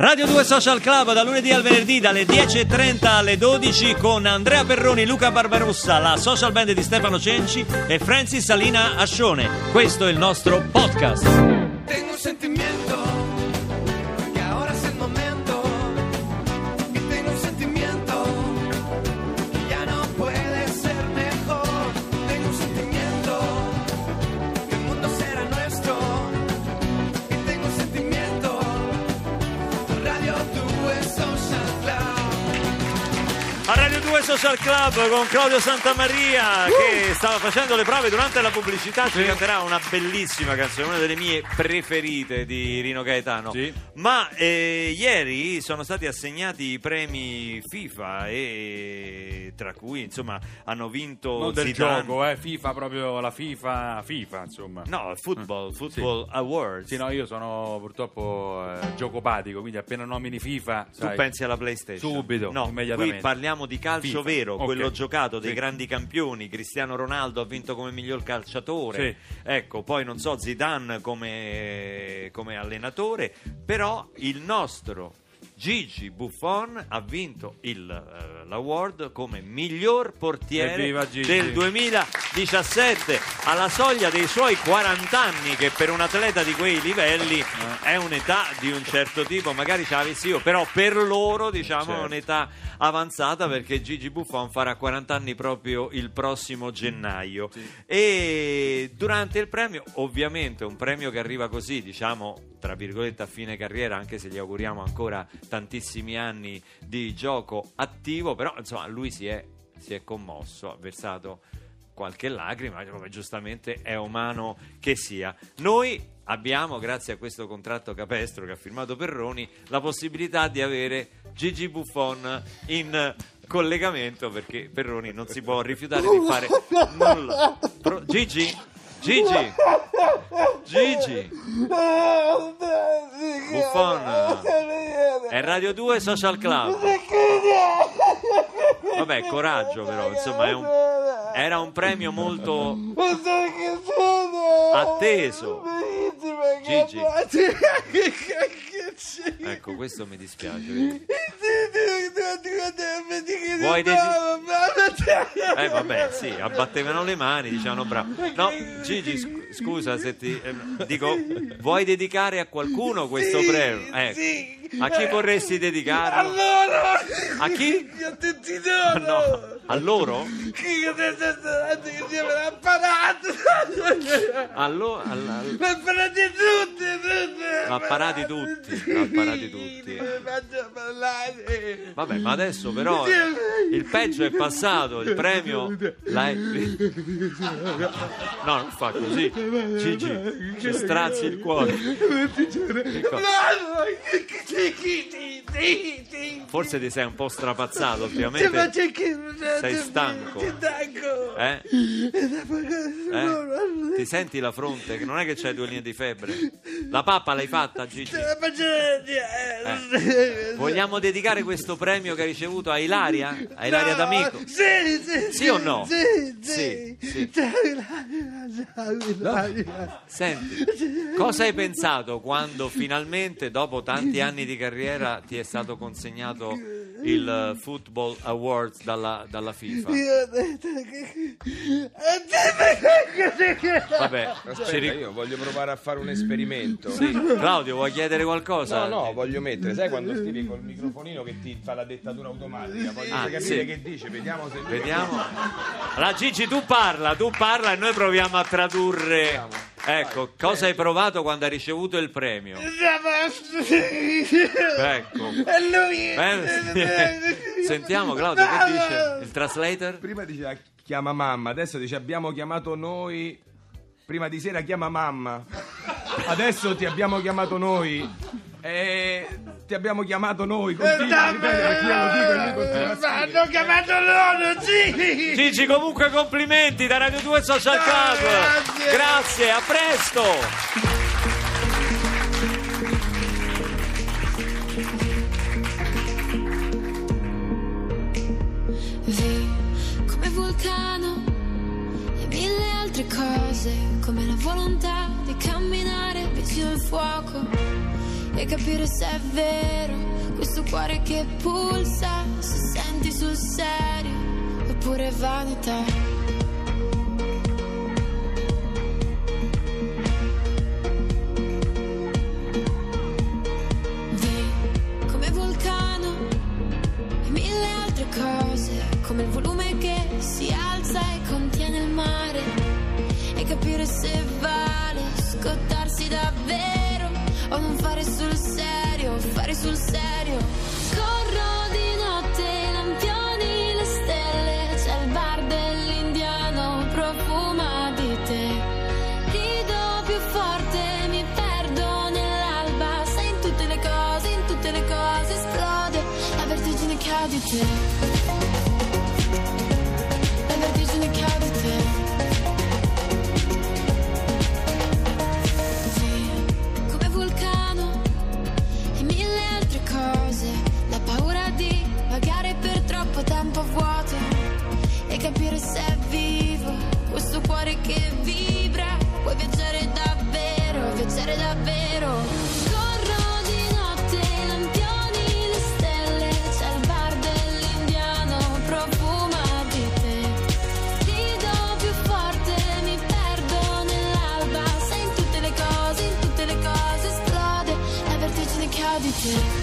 Radio 2 Social Club da lunedì al venerdì dalle 10:30 alle 12 con Andrea Perroni, Luca Barbarossa, la social band di Stefano Cenci e Francis Salina Ascione. Questo è il nostro podcast. Tengo un sentimiento que ahora es el momento. Y tengo un sentimiento que ya no puede ser mejor. Tengo un sentimiento que el mundo será nuestro. Y tengo un sentimiento Radio 2 Social Club. A Radio 2 Social Club con Claudio Santamaria che stava facendo le prove durante la pubblicità. Ci canterà una bellissima canzone, una delle mie preferite di Rino Gaetano. Sì. Ma ieri sono stati assegnati i premi FIFA e tra cui insomma hanno vinto Non del Zidane. gioco, FIFA proprio, la FIFA insomma. No, Football Sì. Awards. Sì, no, io sono purtroppo giocopatico, quindi appena nomini FIFA, Tu sai, pensi alla PlayStation? subito, No, immediatamente. qui parliamo di calcio FIFA, vero, ok. quello giocato dei Sì. grandi campioni. Cristiano Ronaldo ha vinto come miglior calciatore. Sì. Ecco, poi non so, Zidane come allenatore, però il nostro Gigi Buffon ha vinto l'award come miglior portiere Evviva Gigi. del 2017 alla soglia dei suoi 40 anni, che per un atleta di quei livelli è un'età di un certo tipo, magari ce l'avessi io, però per loro diciamo Certo. è un'età avanzata, perché Gigi Buffon farà 40 anni proprio il prossimo gennaio. E durante il premio, ovviamente un premio che arriva così, diciamo tra virgolette a fine carriera, anche se gli auguriamo ancora tantissimi anni di gioco attivo, però insomma lui si è commosso, ha versato qualche lacrima, come giustamente è umano che sia. Noi abbiamo, grazie a questo contratto capestro che ha firmato Perroni, la possibilità di avere Gigi Buffon in collegamento, perché Perroni non si può rifiutare di fare nulla. Gigi? Buffon è Radio 2 Social Club. Vabbè, coraggio, però insomma era un premio molto atteso. Gigi, ecco, questo mi dispiace, vedi? Vuoi vabbè, sì, abbattevano le mani, dicevano bravo. No, Gigi, scusa se ti dico, vuoi dedicare a qualcuno questo premio? A chi vorresti dedicarlo? Allora! A chi? A tutti loro! No, a loro? Che adesso sto insieme l'ha parato! L'ha parati tutti! L'ha parati tutti. Faccio parlare! Vabbè, ma adesso però il peggio è passato, il premio l'hai... No, non fa così, Gigi, ci strazi il cuore. Ecco. Forse ti sei un po' strapazzato ultimamente, sei stanco. Ti senti la fronte, che non è che c'hai 2 linee di febbre. La pappa l'hai fatta, Gigi? Vogliamo dedicare questo premio che hai ricevuto a Ilaria? A Ilaria D'Amico? Sì o no? Sì. Senti, cosa hai pensato quando finalmente dopo tanti anni di carriera ti è stato consegnato il Football Awards dalla FIFA? Vabbè, Aspetta, io voglio provare a fare un esperimento. Sì. Claudio, vuoi chiedere qualcosa? No, voglio mettere, sai quando scrivi col microfonino che ti fa la dettatura automatica? Voglio capire sì. che dice, vediamo se lui... Vediamo. Allora Gigi, tu parla e noi proviamo a tradurre. Ecco, cosa hai provato quando hai ricevuto il premio? Ecco. Sentiamo Claudio, che dice il translator? Prima diceva chiama mamma, adesso dice abbiamo chiamato noi, prima di sera chiama mamma, adesso ti abbiamo chiamato noi. Ti abbiamo chiamato noi, continua a ripetere perché io lo dico e lui continua a scrivere. Hanno chiamato loro, sì! Gigi, comunque complimenti da Radio 2 Social Club. Grazie, a presto. Come vulcano e mille altre cose, come la volontà di camminare vicino al fuoco e capire se è vero questo cuore che pulsa, se senti sul serio oppure vanità. Come il volume che si alza e contiene il mare, e capire se vale scottarsi davvero o non fare sul serio, fare sul serio. Corro di notte, lampioni, le stelle, c'è il bar dell'indiano, profuma di te. Rido più forte, mi perdo nell'alba, sei in tutte le cose esplode la vertigine che ha di te. Vuoto e capire se è vivo questo cuore che vibra. Vuoi viaggiare davvero, viaggiare davvero. Corro di notte, lampioni, le stelle, c'è il bar dell'indiano, profuma di te. Rido più forte, mi perdo nell'alba, sei in tutte le cose esplode la vertigine che ha di te.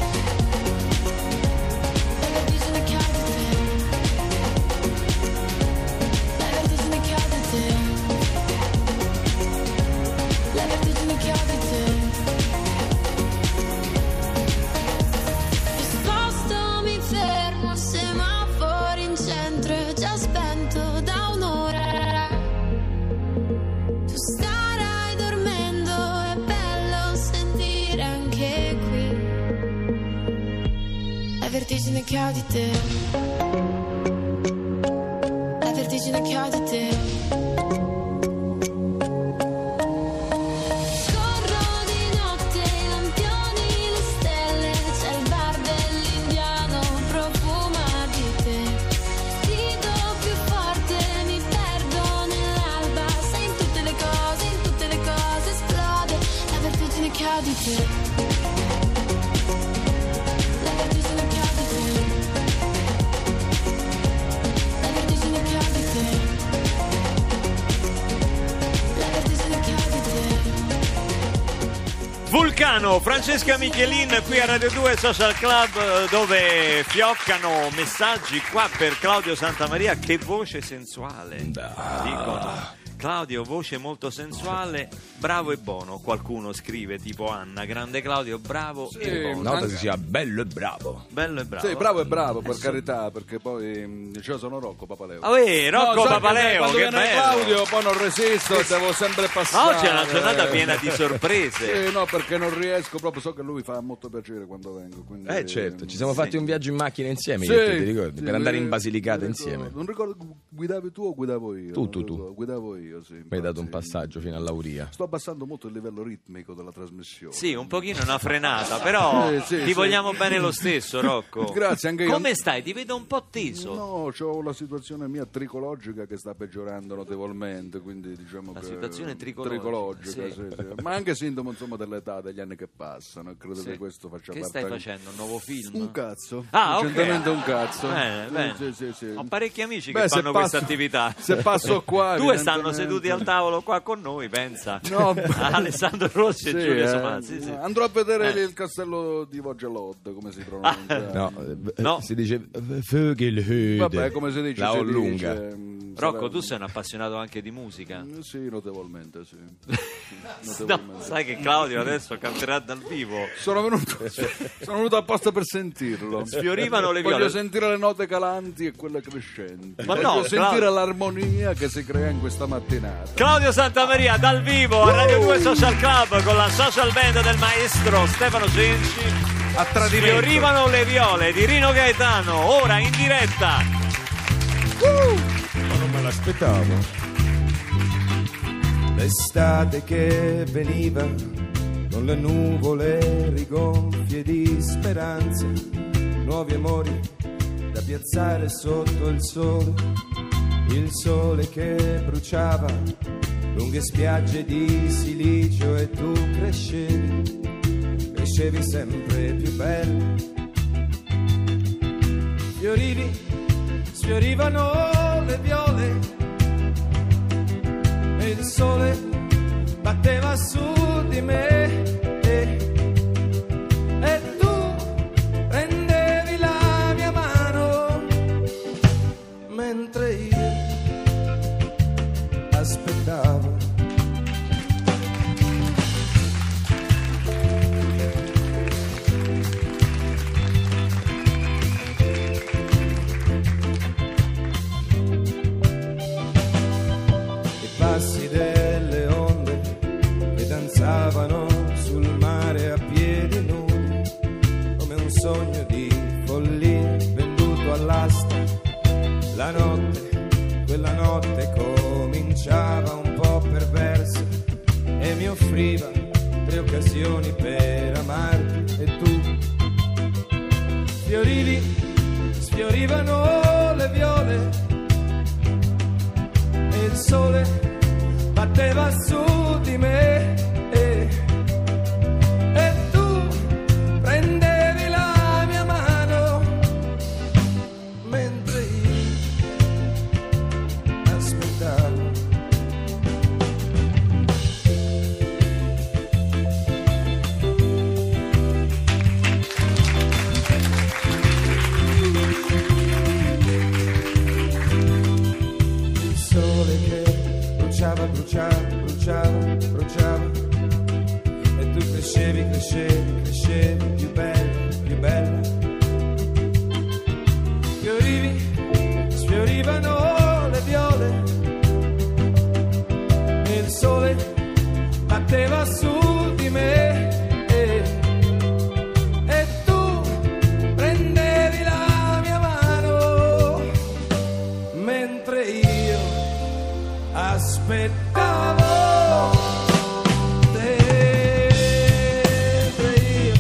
La vertigine che ho di te, la vertigine che ho di te. Corro di notte, lampioni, le stelle, c'è il bar dell'indiano, profuma di te. Rido più forte, mi perdo nell'alba, sei in tutte le cose esplode la vertigine che ho di te. Vulcano, Francesca Michelin qui a Radio 2 Social Club, dove fioccano messaggi qua per Claudio Santamaria. Che voce sensuale, dicono. Claudio, voce molto sensuale, bravo e buono, qualcuno scrive, tipo Anna. Grande Claudio, bravo e buono. Nota si sia bello e bravo. Bello e bravo. Sì, bravo e bravo, per carità, perché poi io sono Rocco Papaleo. Rocco Papaleo, che bello. Claudio, poi non resisto, devo sempre passare. Ma oggi è una giornata piena di sorprese. Sì, no, perché non riesco, proprio so che lui fa molto piacere quando vengo. Quindi, Certo, ci siamo fatti un viaggio in macchina insieme, sì, io ti ricordi? sì, per andare in mi Basilicata ricordo. insieme. Non ricordo, guidavi tu o guidavo io? Tu. Guidavo io, sì. Mi hai dato un passaggio fino all'Auria. Sto abbassando molto il livello ritmico della trasmissione. Sì, un pochino una frenata, però ti vogliamo bene lo stesso, Rocco. Grazie, anche io. Come stai? Ti vedo un po' teso. No, c'ho la situazione mia tricologica che sta peggiorando notevolmente, quindi diciamo La che situazione tricologica, sì. Ma anche sintomo insomma dell'età, degli anni che passano, e credo che questo faccia Che parte stai anche- facendo? Un nuovo film? Un cazzo. Ah, ok. Recentemente un cazzo. Bene. Sì. Ho parecchi amici Beh, che se fanno passo- questa attività. se passo qua, Due stanno evidentemente- seduti al tavolo qua con noi, pensa. No, Alessandro Rossi e sì, Giulio Somazzi. Sì. Andrò a vedere il castello di Vogelod, come si pronuncia. No. Si dice Vögelhöde. Vabbè, come si dice? La si O dice, lunga. Rocco, tu sei un appassionato anche di musica? Sì, notevolmente, sì. No, sai che Claudio adesso canterà dal vivo. Sono venuto apposta per sentirlo. Sfiorivano le Voglio viole. sentire le note calanti e quelle crescenti. Ma Voglio no, sentire Claudio. l'armonia che si crea in questa mattinata. Claudio Santamaria dal vivo a Radio 2 Social Club con la social band del maestro Stefano Cenci. A tradimento. Sfiorivano le viole di Rino Gaetano, ora in diretta. Ma non me l'aspettavo. L'estate che veniva con le nuvole rigonfie di speranze, nuovi amori da piazzare sotto il sole che bruciava lunghe spiagge di silicio, e tu crescevi crescevi sempre più bella. Sfiorivano le viole e il sole batteva su di me e tu prendevi la mia mano mentre io aspettavo. Passi delle onde che danzavano sul mare a piedi nudi, come un sogno di follia venduto all'asta. La notte, quella notte cominciava un po' perversa e mi offriva 3 occasioni per amarti e tu sfiorivano le viole e il sole batteva su di me e tu prendevi la mia mano mentre io aspettavo. Il sole che bruciava e tu crescevi più bella. Sfiorivano le viole e il sole batteva su di me e tu prendevi la mia mano mentre io aspettavo te, io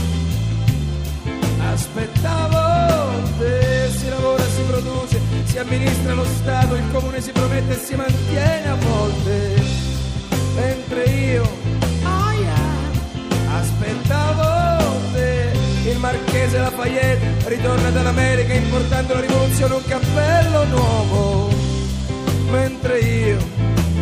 aspettavo te. Si lavora, si produce, si amministra lo Stato, il comune si promette e si mantiene a volte, mentre io aspettavo te. Il marchese Lafayette ritorna dall'America importando la rivoluzione, un cappello nuovo, mentre io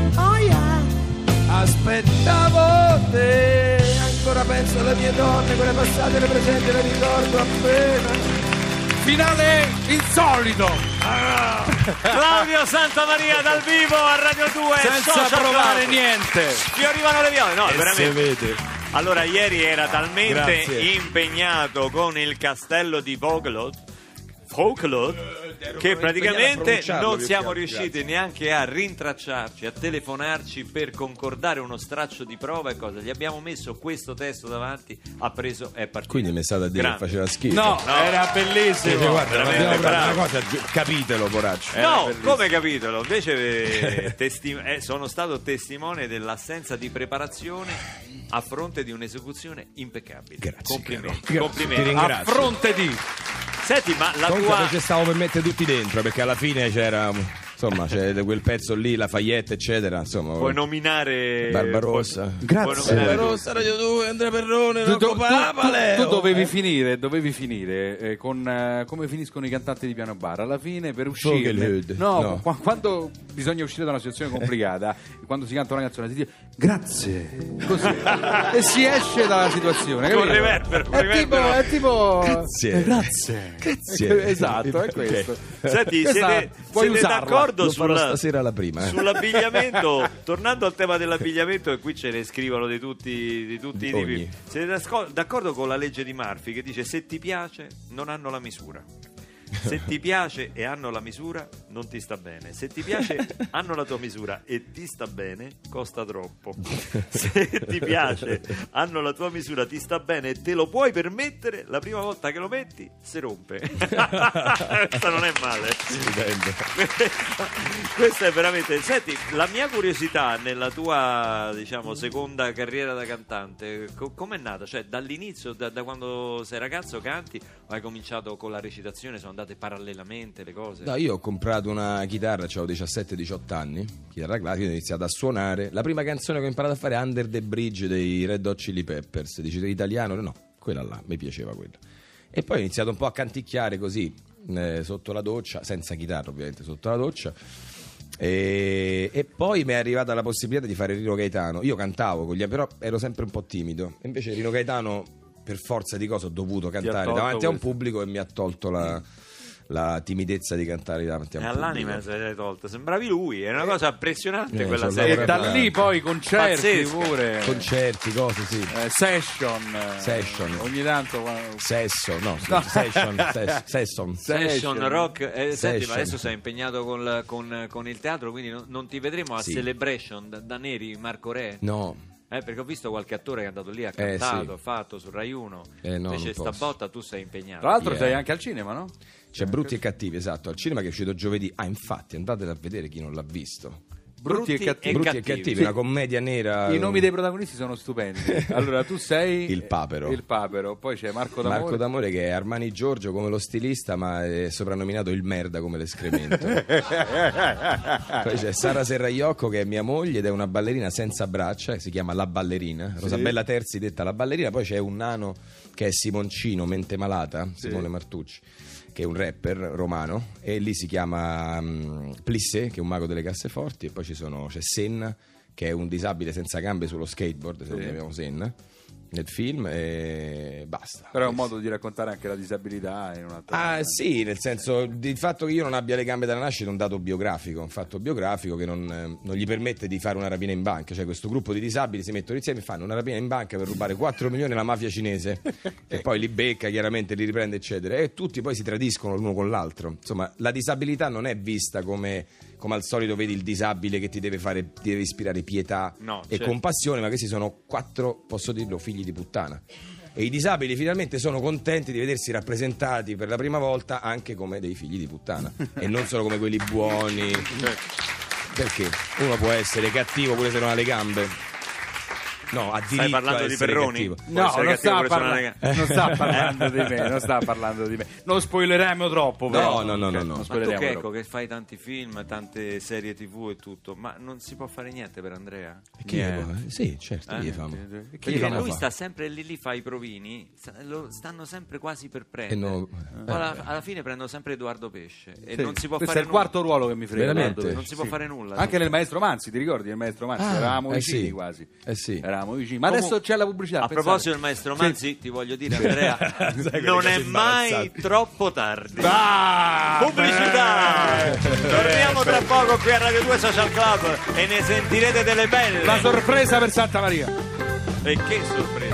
aspettavo te. Ancora penso alle mie donne, quelle passate e le presenti, le ricordo appena. Finale insolito, Claudio Santamaria dal vivo a Radio 2 senza Social provare Club. niente. Fiorivano le viole, no, veramente. vede. Allora, ieri era talmente Grazie. impegnato con il castello di Vaucluse che praticamente non siamo riusciti neanche a rintracciarci, a telefonarci per concordare uno straccio di prova e cosa. Gli abbiamo messo questo testo davanti, ha preso e è partito. Quindi mi state a dire Grande. che faceva schifo. No, era bellissimo. Guarda, veramente abbiamo bravo. una cosa, capitelo, poraccio. No, bellissimo. come capitolo? Invece sono stato testimone dell'assenza di preparazione a fronte di un'esecuzione impeccabile. Grazie, Complimenti. caro. Complimenti. Ti A ringrazio. fronte di Senti, ma la Comunque tua... ci stavo per mettere tutti dentro, perché alla fine c'era, insomma, c'è quel pezzo lì, Lafayette, eccetera, insomma. Puoi nominare Barbarossa. Puoi nominare Barbarossa, Radio 2, Andrea Perrone, tu, Rocco Papale. tu dovevi finire con come finiscono i cantanti di piano bar alla fine per uscire. Vogelhood. No, No. quando bisogna uscire da una situazione complicata, quando si canta una canzone si dice grazie, così e si esce dalla situazione. Con capito? riverbero, È tipo Grazie. grazie. Grazie. Esatto, è Ok. questo. Senti, Questa puoi siete usarla. d'accordo Lo farò stasera alla prima. sull'abbigliamento? Tornando al tema dell'abbigliamento, e qui ce ne scrivono di tutti i tipi. Ogni. Siete d'accordo con la legge di Murphy che dice: se ti piace non hanno la misura, se ti piace e hanno la misura non ti sta bene, se ti piace hanno la tua misura e ti sta bene costa troppo, se ti piace hanno la tua misura, ti sta bene e te lo puoi permettere, la prima volta che lo metti si rompe. Questa non è male. Questa è veramente. Senti, la mia curiosità nella tua, diciamo, seconda carriera da cantante, com'è nata? Cioè, dall'inizio, da quando sei ragazzo canti, o hai cominciato con la recitazione, sono andate parallelamente le cose? No, io ho comprato una chitarra, avevo 17-18 anni, chitarra classica, ho iniziato a suonare. La prima canzone che ho imparato a fare è Under the Bridge dei Red Hot Chili Peppers. Dici italiano? No, quella là, mi piaceva quella. E poi ho iniziato un po' a canticchiare così, sotto la doccia, senza chitarra ovviamente, sotto la doccia. E poi mi è arrivata la possibilità di fare Rino Gaetano. Io cantavo con però ero sempre un po' timido. Invece Rino Gaetano, per forza di cose, ho dovuto cantare davanti a un pubblico e mi ha tolto la timidezza di cantare davanti a un pubblico. All'anima se l'hai tolta, sembravi lui, è una cosa impressionante quella sono serie. E da lì poi concerti Pazzesco. pure. Concerti, cose, sì. Session. Ogni tanto. Sesso, no, No. session. Rock. Senti, Session. ma adesso sei impegnato con il teatro, quindi non ti vedremo a Sì. Celebration da Neri, Marco Re? No. Perché ho visto qualche attore che è andato lì, ha cantato, sì. ha fatto su Rai 1. No, Invece non sta posso. botta tu sei impegnato. Tra l'altro Yeah. sei anche al cinema, no? C'è Brutti e Cattivi, esatto, al cinema che è uscito giovedì. Ah, infatti, andatelo a vedere chi non l'ha visto. Brutti e cattivi. Brutti e Cattivi, una commedia nera. I nomi dei protagonisti sono stupendi. Allora tu sei Il Papero. Il Papero, poi c'è Marco D'Amore. Marco D'Amore che è Armani Giorgio come lo stilista, ma è soprannominato il merda come l'escremento. Poi c'è Sara Serraiocco che è mia moglie ed è una ballerina senza braccia, che si chiama La Ballerina. Rosabella Terzi detta La Ballerina. Poi c'è un nano che è Simoncino, mente malata, Simone Martucci, che è un rapper romano, e lì si chiama Plissé, che è un mago delle casseforti. E poi c'è Senna, che è un disabile senza gambe sullo skateboard, se lo chiamiamo Senna nel film, e basta. Però è un modo di raccontare anche la disabilità in un altro modo. Sì, nel senso, il fatto che io non abbia le gambe dalla nascita è un dato biografico, un fatto biografico che non gli permette di fare una rapina in banca. Cioè questo gruppo di disabili si mettono insieme e fanno una rapina in banca per rubare 4 milioni alla mafia cinese e poi li becca, chiaramente li riprende eccetera, e tutti poi si tradiscono l'uno con l'altro. Insomma, la disabilità non è vista come al solito vedi il disabile che ti deve ispirare pietà e certo. compassione, ma questi sono 4, posso dirlo, figli di puttana. E i disabili finalmente sono contenti di vedersi rappresentati per la prima volta anche come dei figli di puttana e non solo come quelli buoni. Perché uno può essere cattivo pure se non ha le gambe. No, ha diritto Stai parlando a di essere Perroni? cattivo. No, non sta parlando di me, non spoileremo troppo. però. No. Ma tu spoileriamo che, troppo. che fai tanti film, tante serie TV e tutto, ma non si può fare niente per Andrea? Sì, certo, gli famo. Perché lui sta sempre lì, fa i provini, stanno sempre quasi per prendere. Alla fine prendo sempre Edoardo Pesce e Sì, non si può questo fare è il quarto ruolo che mi frega. Veramente? guarda, non si può fare nulla. Anche nel Maestro Manzi, ti ricordi? Nel Maestro Manzi eravamo vicini sì. quasi. Sì. Eravamo vicini. Ma adesso c'è la pubblicità. A pensate. proposito del Maestro Manzi, ti voglio dire, Andrea, non è mai troppo tardi. Pubblicità! Torniamo tra poco qui a Radio 2 Social Club e ne sentirete delle belle. La sorpresa per Santa Maria. E che sorpresa!